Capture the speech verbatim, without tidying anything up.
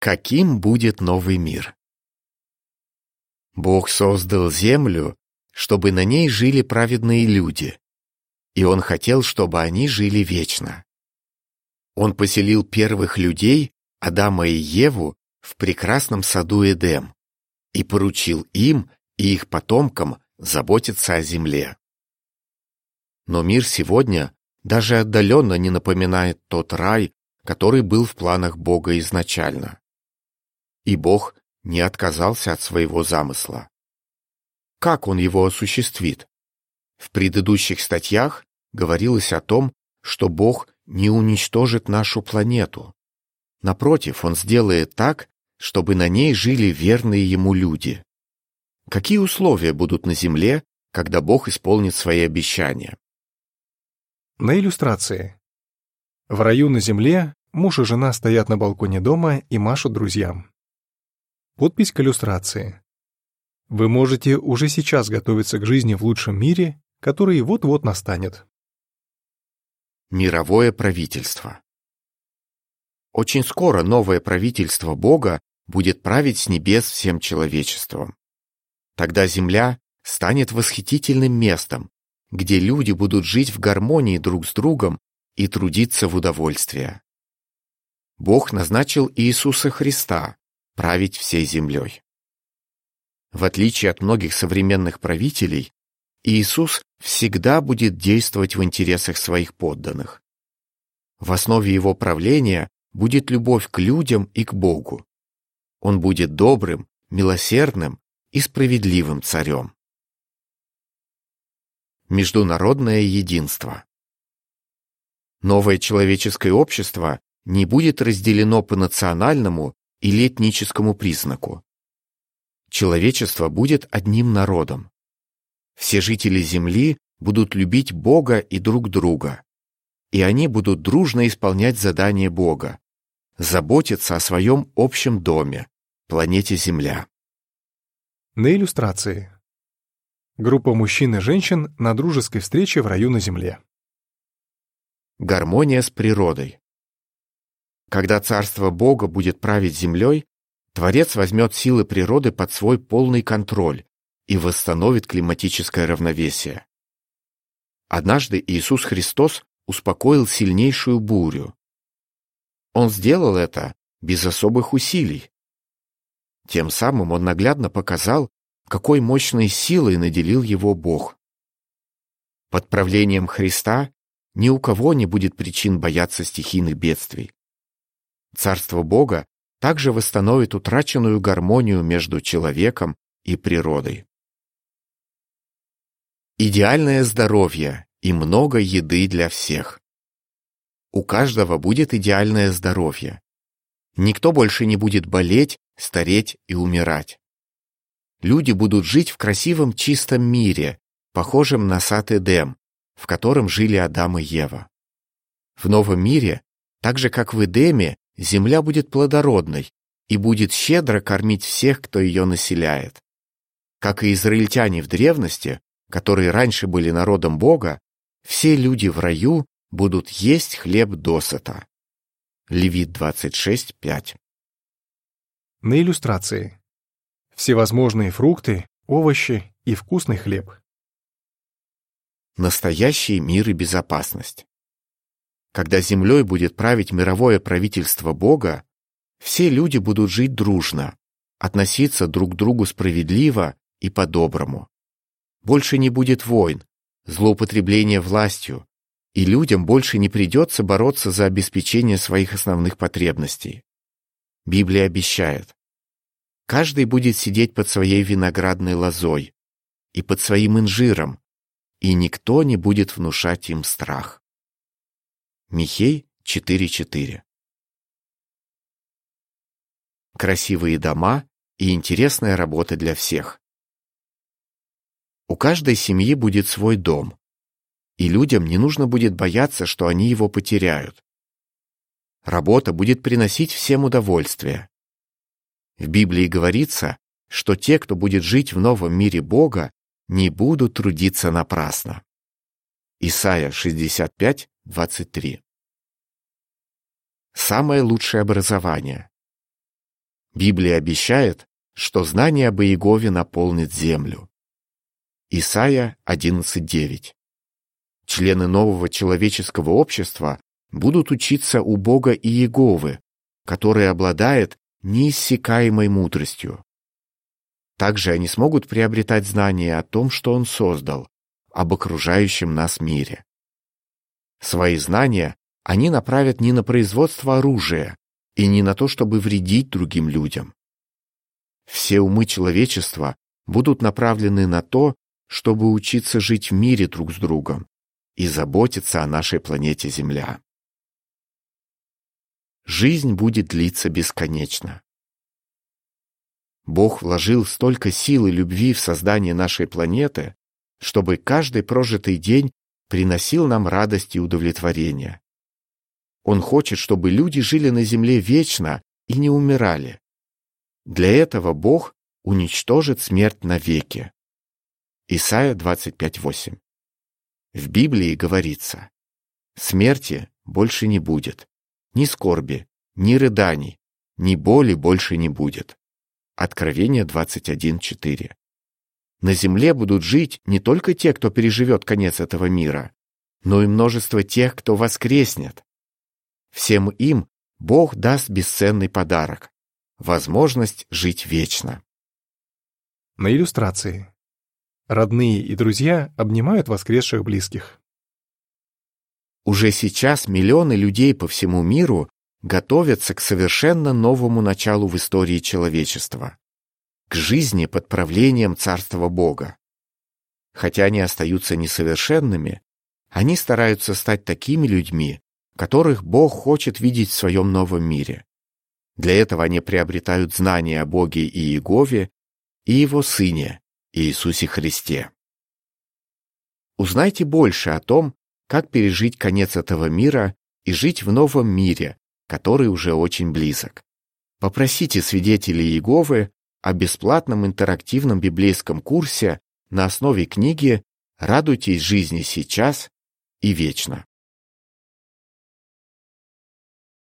Каким будет новый мир? Бог создал землю, чтобы на ней жили праведные люди, и Он хотел, чтобы они жили вечно. Он поселил первых людей, Адама и Еву, в прекрасном саду Эдем и поручил им и их потомкам заботиться о земле. Но мир сегодня даже отдаленно не напоминает тот рай, который был в планах Бога изначально. И Бог не отказался от своего замысла. Как Он его осуществит? В предыдущих статьях говорилось о том, что Бог не уничтожит нашу планету. Напротив, Он сделает так, чтобы на ней жили верные Ему люди. Какие условия будут на Земле, когда Бог исполнит свои обещания? На иллюстрации. В раю на земле муж и жена стоят на балконе дома и машут друзьям. Подпись к иллюстрации. Вы можете уже сейчас готовиться к жизни в лучшем мире, который вот-вот настанет. Мировое правительство. Очень скоро новое правительство Бога будет править с небес всем человечеством. Тогда Земля станет восхитительным местом, где люди будут жить в гармонии друг с другом и трудиться в удовольствие. Бог назначил Иисуса Христа править всей землей. В отличие от многих современных правителей, Иисус всегда будет действовать в интересах своих подданных. В основе Его правления будет любовь к людям и к Богу. Он будет добрым, милосердным и справедливым царем. Международное единство. Новое человеческое общество не будет разделено по национальному или этническому признаку. Человечество будет одним народом. Все жители Земли будут любить Бога и друг друга, и они будут дружно исполнять задания Бога, заботиться о своем общем доме, планете Земля. На иллюстрации. Группа мужчин и женщин на дружеской встрече в раю на земле. Гармония с природой. Когда царство Бога будет править землей, Творец возьмет силы природы под свой полный контроль и восстановит климатическое равновесие. Однажды Иисус Христос успокоил сильнейшую бурю. Он сделал это без особых усилий. Тем самым Он наглядно показал, какой мощной силой наделил его Бог. Под правлением Христа ни у кого не будет причин бояться стихийных бедствий. Царство Бога также восстановит утраченную гармонию между человеком и природой. Идеальное здоровье и много еды для всех. У каждого будет идеальное здоровье. Никто больше не будет болеть, стареть и умирать. Люди будут жить в красивом чистом мире, похожем на сад Эдем, в котором жили Адам и Ева. В новом мире, так же как в Эдеме, земля будет плодородной и будет щедро кормить всех, кто ее населяет. Как и израильтяне в древности, которые раньше были народом Бога, все люди в раю будут есть хлеб досыта. Левит двадцать шесть пять. На иллюстрации. Всевозможные фрукты, овощи и вкусный хлеб. Настоящий мир и безопасность. Когда землей будет править мировое правительство Бога, все люди будут жить дружно, относиться друг к другу справедливо и по-доброму. Больше не будет войн, злоупотребления властью, и людям больше не придется бороться за обеспечение своих основных потребностей. Библия обещает: каждый будет сидеть под своей виноградной лозой и под своим инжиром, и никто не будет внушать им страх. Михей четыре четыре. Красивые дома и интересная работа для всех. У каждой семьи будет свой дом, и людям не нужно будет бояться, что они его потеряют. Работа будет приносить всем удовольствие. В Библии говорится, что те, кто будет жить в новом мире Бога, не будут трудиться напрасно. Исайя шестьдесят пять двадцать три. Самое лучшее образование. Библия обещает, что знание об Иегове наполнит землю. Исайя одиннадцать девять. Члены нового человеческого общества будут учиться у Бога Иеговы, который обладает неиссякаемой мудростью. Также они смогут приобретать знания о том, что Он создал, об окружающем нас мире. Свои знания они направят не на производство оружия и не на то, чтобы вредить другим людям. Все умы человечества будут направлены на то, чтобы учиться жить в мире друг с другом и заботиться о нашей планете Земля. Жизнь будет длиться бесконечно. Бог вложил столько сил и любви в создание нашей планеты, чтобы каждый прожитый день приносил нам радость и удовлетворение. Он хочет, чтобы люди жили на земле вечно и не умирали. Для этого Бог уничтожит смерть навеки. Исайя двадцать пять восемь. В Библии говорится: «Смерти больше не будет, ни скорби, ни рыданий, ни боли больше не будет». Откровение двадцать один четыре. На земле будут жить не только те, кто переживет конец этого мира, но и множество тех, кто воскреснет. Всем им Бог даст бесценный подарок — возможность жить вечно. На иллюстрации. Родные и друзья обнимают воскресших близких. Уже сейчас миллионы людей по всему миру готовятся к совершенно новому началу в истории человечества, к жизни под правлением Царства Бога. Хотя они остаются несовершенными, они стараются стать такими людьми, которых Бог хочет видеть в своем новом мире. Для этого они приобретают знания о Боге Иегове и Его Сыне, Иисусе Христе. Узнайте больше о том, как пережить конец этого мира и жить в новом мире, который уже очень близок. Попросите свидетелей Иеговы о бесплатном интерактивном библейском курсе на основе книги «Радуйтесь жизни сейчас и вечно».